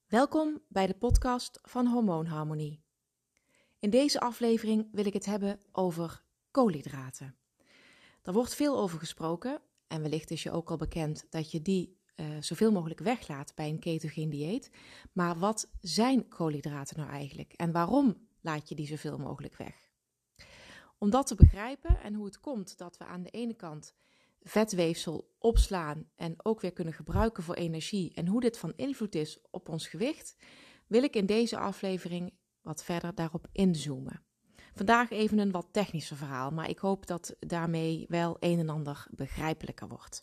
Welkom bij de podcast van Hormoonharmonie. In deze aflevering wil ik het hebben over koolhydraten. Er wordt veel over gesproken en wellicht is je ook al bekend dat je die zoveel mogelijk weglaat bij een ketogeen dieet. Maar wat zijn koolhydraten nou eigenlijk en waarom laat je die zoveel mogelijk weg? Om dat te begrijpen en hoe het komt dat we aan de ene kant vetweefsel opslaan en ook weer kunnen gebruiken voor energie en hoe dit van invloed is op ons gewicht, wil ik in deze aflevering wat verder daarop inzoomen. Vandaag even een wat technischer verhaal, maar ik hoop dat daarmee wel een en ander begrijpelijker wordt.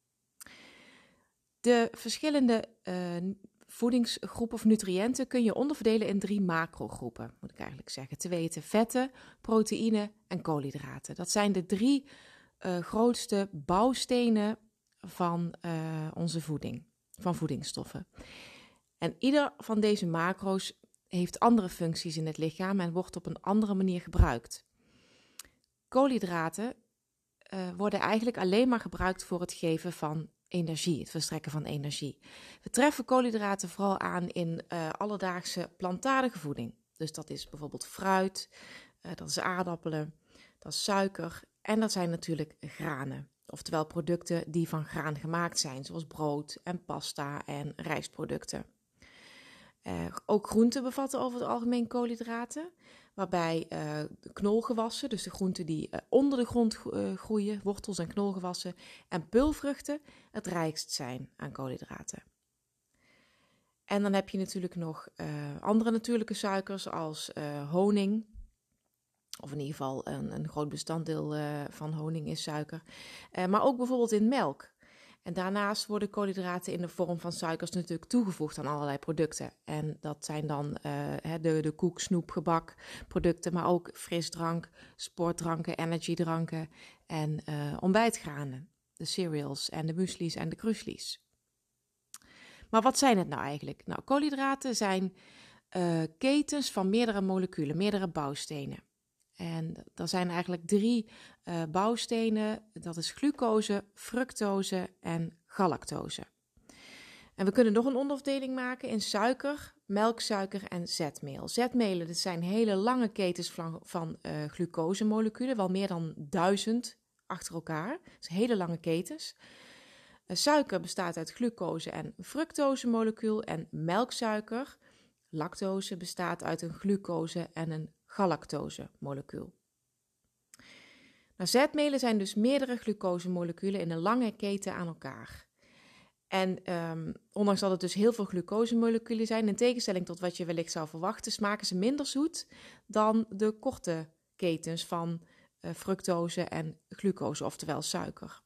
De verschillende voedingsgroepen of nutriënten kun je onderverdelen in 3 macrogroepen, moet ik eigenlijk zeggen. Te weten vetten, proteïne en koolhydraten. Dat zijn de 3 grootste bouwstenen van onze voeding, van voedingsstoffen. En ieder van deze macro's heeft andere functies in het lichaam en wordt op een andere manier gebruikt. Koolhydraten worden eigenlijk alleen maar gebruikt voor het geven van energie, het verstrekken van energie. We treffen koolhydraten vooral aan in alledaagse plantaardige voeding. Dus dat is bijvoorbeeld fruit, dat is aardappelen, dat is suiker en dat zijn natuurlijk granen. Oftewel producten die van graan gemaakt zijn, zoals brood en pasta en rijstproducten. Ook groenten bevatten over het algemeen koolhydraten, waarbij knolgewassen, dus de groenten die onder de grond groeien, wortels en knolgewassen, en peulvruchten het rijkst zijn aan koolhydraten. En dan heb je natuurlijk nog andere natuurlijke suikers als honing, of in ieder geval een groot bestanddeel van honing is suiker, maar ook bijvoorbeeld in melk. En daarnaast worden koolhydraten in de vorm van suikers natuurlijk toegevoegd aan allerlei producten. En dat zijn dan de koek, snoep, gebak producten, maar ook frisdrank, sportdranken, energiedranken en ontbijtgranen. De cereals en de muesli's en de krusli's. Maar wat zijn het nou eigenlijk? Nou, koolhydraten zijn ketens van meerdere moleculen, meerdere bouwstenen. En er zijn eigenlijk 3 bouwstenen, dat is glucose, fructose en galactose. En we kunnen nog een onderverdeling maken in suiker, melksuiker en zetmeel. Zetmelen, dat zijn hele lange ketens van glucosemoleculen, wel meer dan 1000 achter elkaar. Dat zijn hele lange ketens. Suiker bestaat uit glucose en fructosemolecuul en melksuiker, lactose, bestaat uit een glucose en een galactose-molecuul. Nou, zetmelen zijn dus meerdere glucosemoleculen in een lange keten aan elkaar. En ondanks dat het dus heel veel glucosemoleculen zijn, in tegenstelling tot wat je wellicht zou verwachten, smaken ze minder zoet dan de korte ketens van fructose en glucose, oftewel suiker.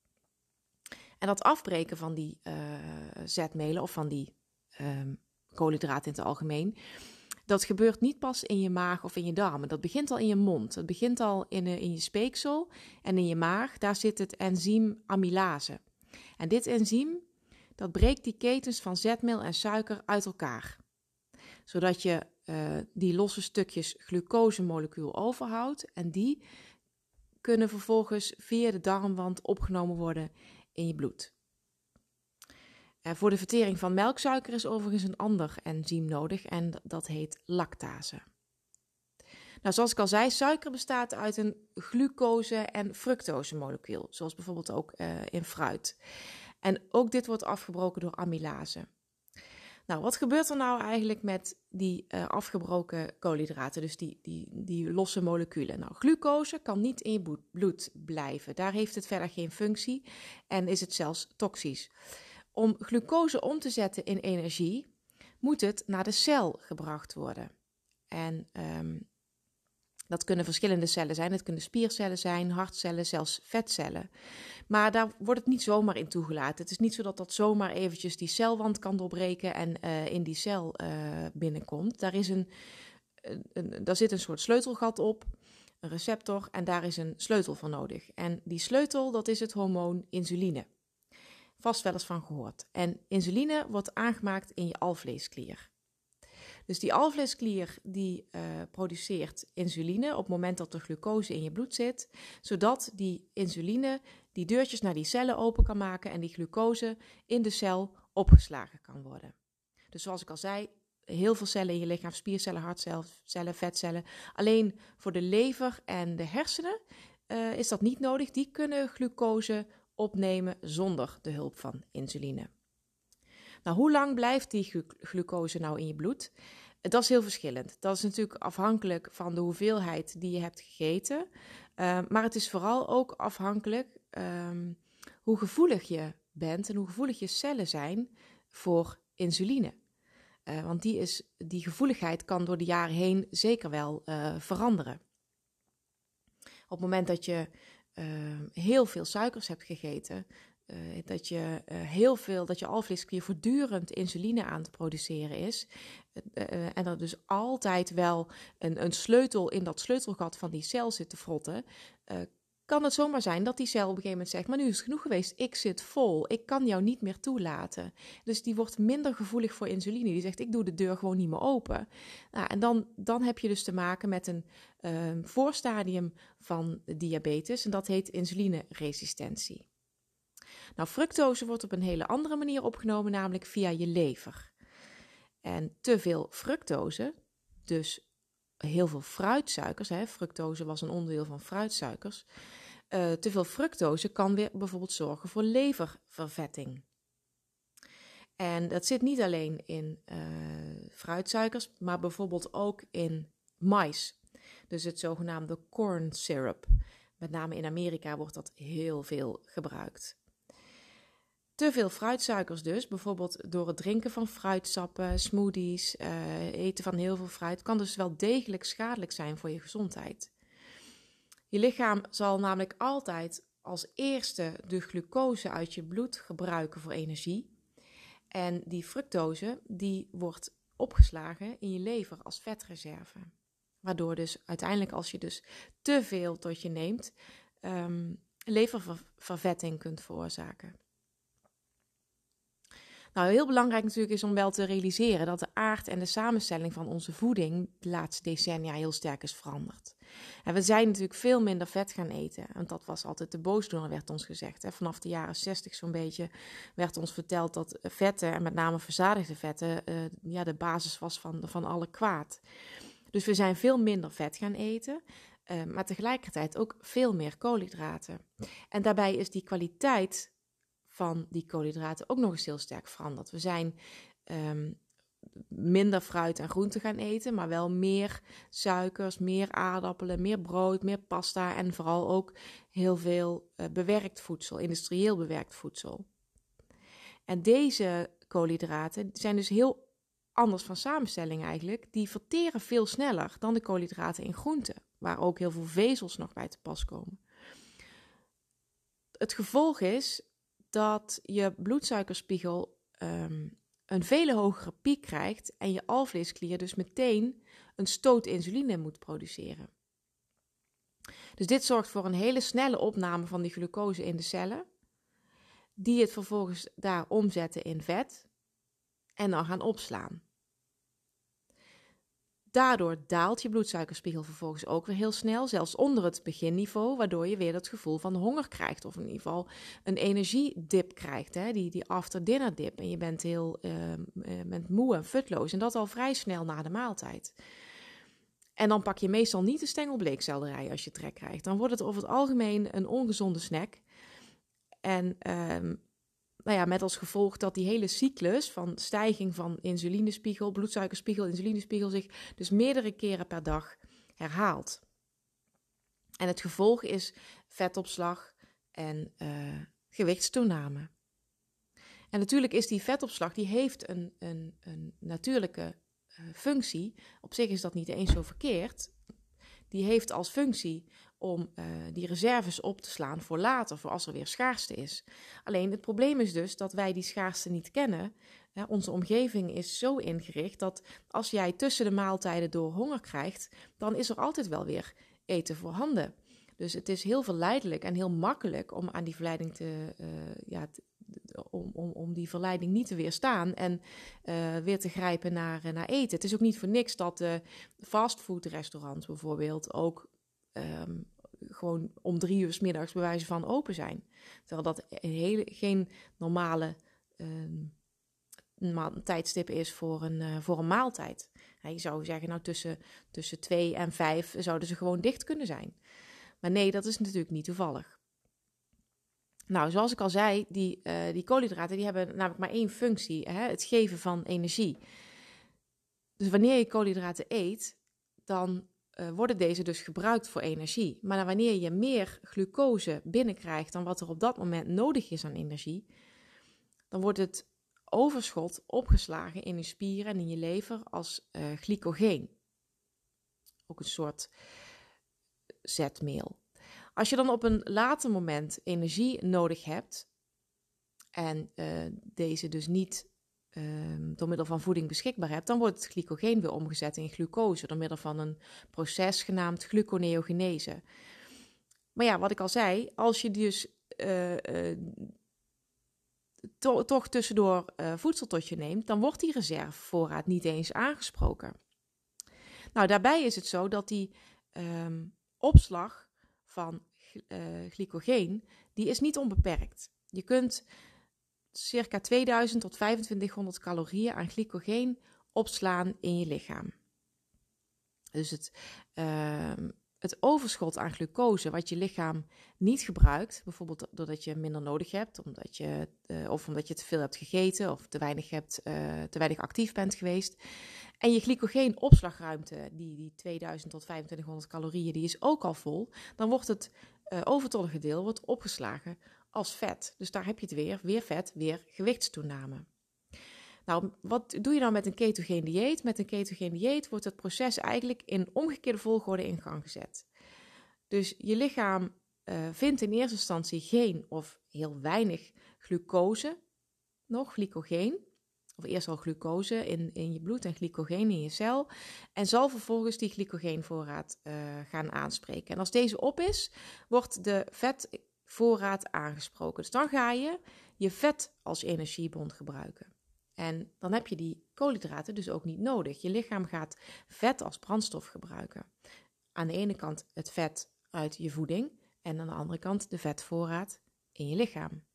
En dat afbreken van die zetmelen of van die koolhydraten in het algemeen, dat gebeurt niet pas in je maag of in je darmen. Dat begint al in je mond. Dat begint al in je speeksel en in je maag. Daar zit het enzym amylase. En dit enzym, dat breekt die ketens van zetmeel en suiker uit elkaar. Zodat je die losse stukjes glucosemolecuul overhoudt. En die kunnen vervolgens via de darmwand opgenomen worden in je bloed. Voor de vertering van melksuiker is overigens een ander enzym nodig en dat heet lactase. Nou, zoals ik al zei, suiker bestaat uit een glucose- en fructosemolecuul, zoals bijvoorbeeld ook in fruit. En ook dit wordt afgebroken door amylase. Nou, wat gebeurt er nou eigenlijk met die afgebroken koolhydraten, dus die losse moleculen? Nou, glucose kan niet in je bloed blijven. Daar heeft het verder geen functie en is het zelfs toxisch. Om glucose om te zetten in energie, moet het naar de cel gebracht worden. En dat kunnen verschillende cellen zijn. Het kunnen spiercellen zijn, hartcellen, zelfs vetcellen. Maar daar wordt het niet zomaar in toegelaten. Het is niet zo dat dat zomaar eventjes die celwand kan doorbreken en in die cel binnenkomt. Daar zit een soort sleutelgat op, een receptor, en daar is een sleutel voor nodig. En die sleutel, dat is het hormoon insuline. Vast wel eens van gehoord. En insuline wordt aangemaakt in je alvleesklier. Dus die alvleesklier die produceert insuline op het moment dat er glucose in je bloed zit, zodat die insuline die deurtjes naar die cellen open kan maken en die glucose in de cel opgeslagen kan worden. Dus zoals ik al zei, heel veel cellen in je lichaam, spiercellen, hartcellen, vetcellen. Alleen voor de lever en de hersenen is dat niet nodig. Die kunnen glucose opnemen zonder de hulp van insuline. Nou, hoe lang blijft die glucose nou in je bloed? Dat is heel verschillend. Dat is natuurlijk afhankelijk van de hoeveelheid die je hebt gegeten. Maar het is vooral ook afhankelijk hoe gevoelig je bent en hoe gevoelig je cellen zijn voor insuline. Want die gevoeligheid kan door de jaren heen zeker wel veranderen. Op het moment dat je heel veel suikers hebt gegeten, dat je alvleesklier voortdurend insuline aan het produceren is, en er dus altijd wel een sleutel in dat sleutelgat van die cel zit te frotten, kan het zomaar zijn dat die cel op een gegeven moment zegt, maar nu is het genoeg geweest, ik zit vol, ik kan jou niet meer toelaten. Dus die wordt minder gevoelig voor insuline. Die zegt, ik doe de deur gewoon niet meer open. Nou, en dan heb je dus te maken met een voorstadium van diabetes en dat heet insulineresistentie. Nou, fructose wordt op een hele andere manier opgenomen, namelijk via je lever. En te veel fructose, dus heel veel fruitsuikers, fructose was een onderdeel van fruitsuikers, te veel fructose kan weer bijvoorbeeld zorgen voor leververvetting. En dat zit niet alleen in fruitsuikers, maar bijvoorbeeld ook in mais. Dus het zogenaamde corn syrup. Met name in Amerika wordt dat heel veel gebruikt. Te veel fruitsuikers dus, bijvoorbeeld door het drinken van fruitsappen, smoothies, eten van heel veel fruit, kan dus wel degelijk schadelijk zijn voor je gezondheid. Je lichaam zal namelijk altijd als eerste de glucose uit je bloed gebruiken voor energie. En die fructose die wordt opgeslagen in je lever als vetreserve. Waardoor dus uiteindelijk als je dus te veel tot je neemt, leververvetting kunt veroorzaken. Nou, heel belangrijk natuurlijk is om wel te realiseren dat de aard en de samenstelling van onze voeding de laatste decennia heel sterk is veranderd. En we zijn natuurlijk veel minder vet gaan eten, want dat was altijd de boosdoener, werd ons gezegd. Vanaf de jaren 60 zo'n beetje werd ons verteld dat vetten, en met name verzadigde vetten, de basis was van alle kwaad. Dus we zijn veel minder vet gaan eten, maar tegelijkertijd ook veel meer koolhydraten. En daarbij is die kwaliteit van die koolhydraten ook nog eens heel sterk veranderd. We zijn minder fruit en groente gaan eten, maar wel meer suikers, meer aardappelen, meer brood, meer pasta en vooral ook heel veel bewerkt voedsel, industrieel bewerkt voedsel. En deze koolhydraten zijn dus heel anders van samenstelling eigenlijk. Die verteren veel sneller dan de koolhydraten in groenten, waar ook heel veel vezels nog bij te pas komen. Het gevolg is dat je bloedsuikerspiegel een vele hogere piek krijgt en je alvleesklier dus meteen een stoot insuline moet produceren. Dus dit zorgt voor een hele snelle opname van die glucose in de cellen, die het vervolgens daar omzetten in vet en dan gaan opslaan. Daardoor daalt je bloedsuikerspiegel vervolgens ook weer heel snel, zelfs onder het beginniveau, waardoor je weer dat gevoel van honger krijgt. Of in ieder geval een energiedip krijgt, die after dinner dip. En je bent moe en futloos en dat al vrij snel na de maaltijd. En dan pak je meestal niet de stengel bleekselderij als je trek krijgt. Dan wordt het over het algemeen een ongezonde snack. En met als gevolg dat die hele cyclus van stijging van insulinespiegel, bloedsuikerspiegel, insulinespiegel zich dus meerdere keren per dag herhaalt. En het gevolg is vetopslag en gewichtstoename. En natuurlijk is die vetopslag, die heeft een natuurlijke functie. Op zich is dat niet eens zo verkeerd. Die heeft als functie om die reserves op te slaan voor later, voor als er weer schaarste is. Alleen het probleem is dus dat wij die schaarste niet kennen. Onze omgeving is zo ingericht dat als jij tussen de maaltijden door honger krijgt, dan is er altijd wel weer eten voorhanden. Dus het is heel verleidelijk en heel makkelijk om aan die verleiding om die verleiding niet te weerstaan en weer te grijpen naar eten. Het is ook niet voor niks dat fastfoodrestaurants bijvoorbeeld ook gewoon om 3 uur 's middags bij wijze van open zijn. Terwijl dat geen normale een tijdstip is voor een maaltijd. Je zou zeggen, nou tussen 2 en 5 zouden ze gewoon dicht kunnen zijn. Maar nee, dat is natuurlijk niet toevallig. Nou, zoals ik al zei, die koolhydraten die hebben namelijk maar één functie, het geven van energie. Dus wanneer je koolhydraten eet, dan worden deze dus gebruikt voor energie. Maar wanneer je meer glucose binnenkrijgt dan wat er op dat moment nodig is aan energie, dan wordt het overschot opgeslagen in je spieren en in je lever als glycogeen. Ook een soort zetmeel. Als je dan op een later moment energie nodig hebt en deze dus niet door middel van voeding beschikbaar hebt, dan wordt het glycogeen weer omgezet in glucose door middel van een proces genaamd gluconeogenese. Maar ja, wat ik al zei, als je dus toch tussendoor voedsel tot je neemt, dan wordt die reservevoorraad niet eens aangesproken. Nou, daarbij is het zo dat die opslag van glycogeen, die is niet onbeperkt. Je kunt circa 2000 tot 2500 calorieën aan glycogeen opslaan in je lichaam. Dus het overschot aan glucose wat je lichaam niet gebruikt, bijvoorbeeld doordat je minder nodig hebt, omdat je te veel hebt gegeten of te weinig actief bent geweest. En je glycogeenopslagruimte, die 2000 tot 2500 calorieën, die is ook al vol. Dan wordt het overtollige deel opgeslagen als vet. Dus daar heb je het weer vet, weer gewichtstoename. Nou, wat doe je dan met een ketogeen dieet? Met een ketogeen dieet wordt het proces eigenlijk in omgekeerde volgorde in gang gezet. Dus je lichaam vindt in eerste instantie geen of heel weinig glucose, nog glycogeen. Of eerst al glucose in je bloed en glycogeen in je cel. En zal vervolgens die glycogeenvoorraad gaan aanspreken. En als deze op is, wordt de vetvoorraad aangesproken. Dus dan ga je vet als energiebron gebruiken. En dan heb je die koolhydraten dus ook niet nodig. Je lichaam gaat vet als brandstof gebruiken. Aan de ene kant het vet uit je voeding en aan de andere kant de vetvoorraad in je lichaam.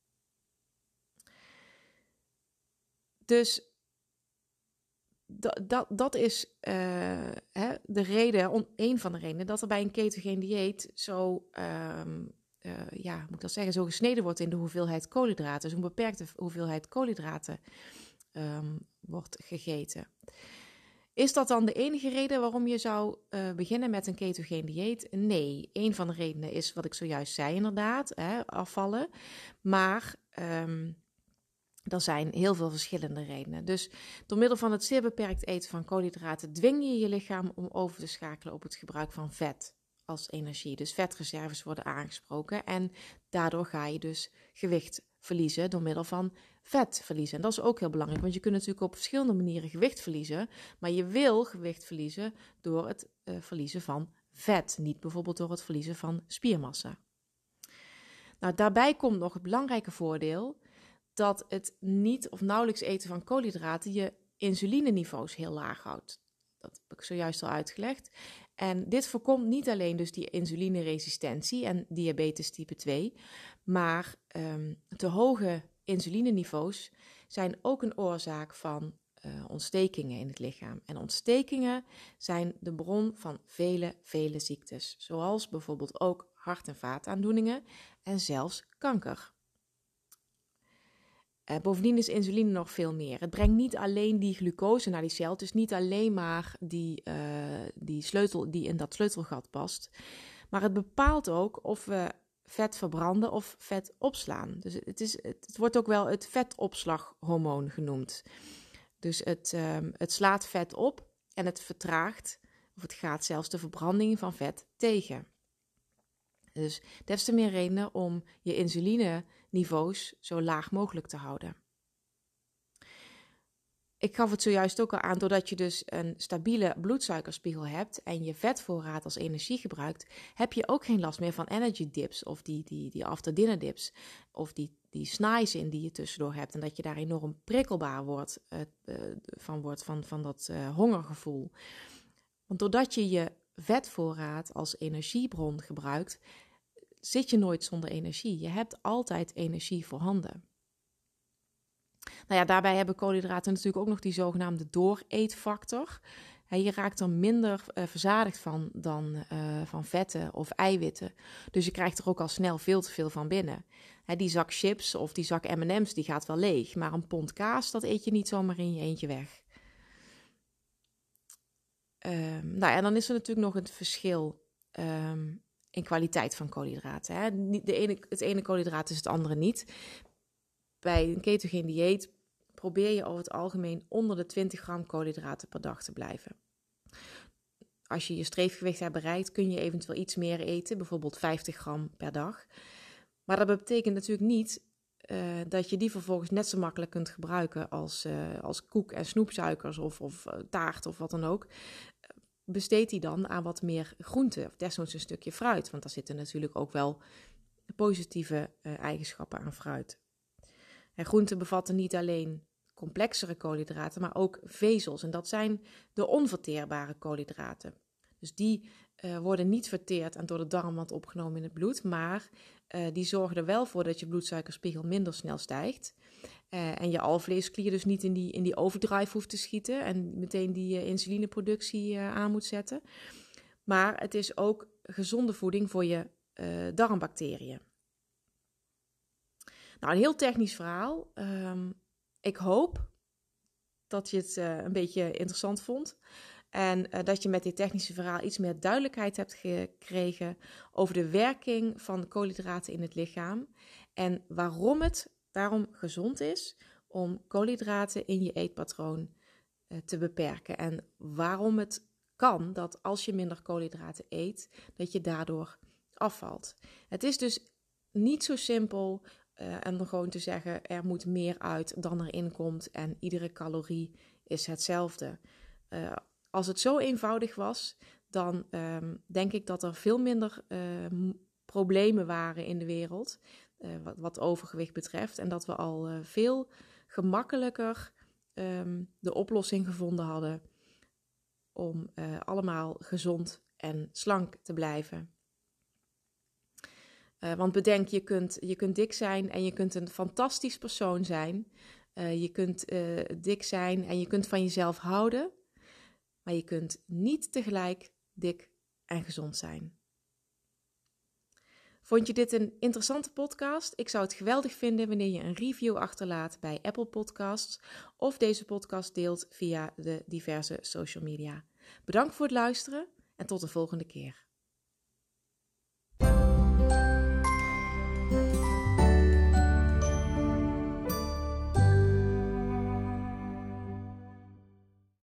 Dus dat is de reden, een van de redenen dat er bij een ketogeen dieet zo, zo gesneden wordt in de hoeveelheid koolhydraten. Zo'n beperkte hoeveelheid koolhydraten wordt gegeten. Is dat dan de enige reden waarom je zou beginnen met een ketogeen dieet? Nee, een van de redenen is wat ik zojuist zei inderdaad, afvallen. Maar er zijn heel veel verschillende redenen. Dus door middel van het zeer beperkt eten van koolhydraten dwing je je lichaam om over te schakelen op het gebruik van vet als energie. Dus vetreserves worden aangesproken en daardoor ga je dus gewicht verliezen door middel van vet verliezen. En dat is ook heel belangrijk, want je kunt natuurlijk op verschillende manieren gewicht verliezen, maar je wil gewicht verliezen door het verliezen van vet, niet bijvoorbeeld door het verliezen van spiermassa. Nou, daarbij komt nog het belangrijke voordeel dat het niet of nauwelijks eten van koolhydraten je insulineniveaus heel laag houdt. Dat heb ik zojuist al uitgelegd. En dit voorkomt niet alleen dus die insulineresistentie en diabetes type 2, maar te hoge insulineniveaus zijn ook een oorzaak van ontstekingen in het lichaam. En ontstekingen zijn de bron van vele ziektes, zoals bijvoorbeeld ook hart- en vaataandoeningen en zelfs kanker. Bovendien is insuline nog veel meer. Het brengt niet alleen die glucose naar die cel. Het is niet alleen maar die sleutel die in dat sleutelgat past. Maar het bepaalt ook of we vet verbranden of vet opslaan. Dus het wordt ook wel het vetopslaghormoon genoemd. Dus het slaat vet op en het vertraagt, of het gaat zelfs de verbranding van vet tegen. Dus des te meer redenen om je insulineniveaus zo laag mogelijk te houden. Ik gaf het zojuist ook al aan, doordat je dus een stabiele bloedsuikerspiegel hebt en je vetvoorraad als energie gebruikt, heb je ook geen last meer van energy dips of die after dinner dips of die snai's in die je tussendoor hebt en dat je daar enorm prikkelbaar wordt van dat hongergevoel. Want doordat je je vetvoorraad als energiebron gebruikt, zit je nooit zonder energie. Je hebt altijd energie voorhanden. Nou ja, daarbij hebben koolhydraten natuurlijk ook nog die zogenaamde dooreetfactor. Je raakt er minder verzadigd van dan van vetten of eiwitten. Dus je krijgt er ook al snel veel te veel van binnen. Die zak chips of die zak M&M's die gaat wel leeg. Maar een pond kaas, dat eet je niet zomaar in je eentje weg. Nou, en dan is er natuurlijk nog het verschil in kwaliteit van koolhydraten. Het ene koolhydraat is het andere niet. Bij een ketogeen dieet probeer je over het algemeen onder de 20 gram koolhydraten per dag te blijven. Als je je streefgewicht hebt bereikt, kun je eventueel iets meer eten, bijvoorbeeld 50 gram per dag. Maar dat betekent natuurlijk niet dat je die vervolgens net zo makkelijk kunt gebruiken als koek en snoepsuikers of taart of wat dan ook. Besteed die dan aan wat meer groente of desnoods een stukje fruit. Want daar zitten natuurlijk ook wel positieve eigenschappen aan fruit. En groenten bevatten niet alleen complexere koolhydraten, maar ook vezels. En dat zijn de onverteerbare koolhydraten. Dus die worden niet verteerd en door de darmwand opgenomen in het bloed, maar die zorgen er wel voor dat je bloedsuikerspiegel minder snel stijgt. En je alvleesklier dus niet in die overdrive hoeft te schieten en meteen die insulineproductie aan moet zetten. Maar het is ook gezonde voeding voor je darmbacteriën. Nou, een heel technisch verhaal. Ik hoop dat je het een beetje interessant vond. En dat je met dit technische verhaal iets meer duidelijkheid hebt gekregen over de werking van koolhydraten in het lichaam. En waarom het daarom gezond is om koolhydraten in je eetpatroon te beperken. En waarom het kan dat als je minder koolhydraten eet, dat je daardoor afvalt. Het is dus niet zo simpel en dan gewoon te zeggen, er moet meer uit dan erin komt en iedere calorie is hetzelfde. Als het zo eenvoudig was, dan denk ik dat er veel minder problemen waren in de wereld, wat overgewicht betreft. En dat we al veel gemakkelijker de oplossing gevonden hadden om allemaal gezond en slank te blijven. Want bedenk, je kunt dik zijn en je kunt een fantastisch persoon zijn. Je kunt dik zijn en je kunt van jezelf houden. Maar je kunt niet tegelijk dik en gezond zijn. Vond je dit een interessante podcast? Ik zou het geweldig vinden wanneer je een review achterlaat bij Apple Podcasts of deze podcast deelt via de diverse social media. Bedankt voor het luisteren en tot de volgende keer.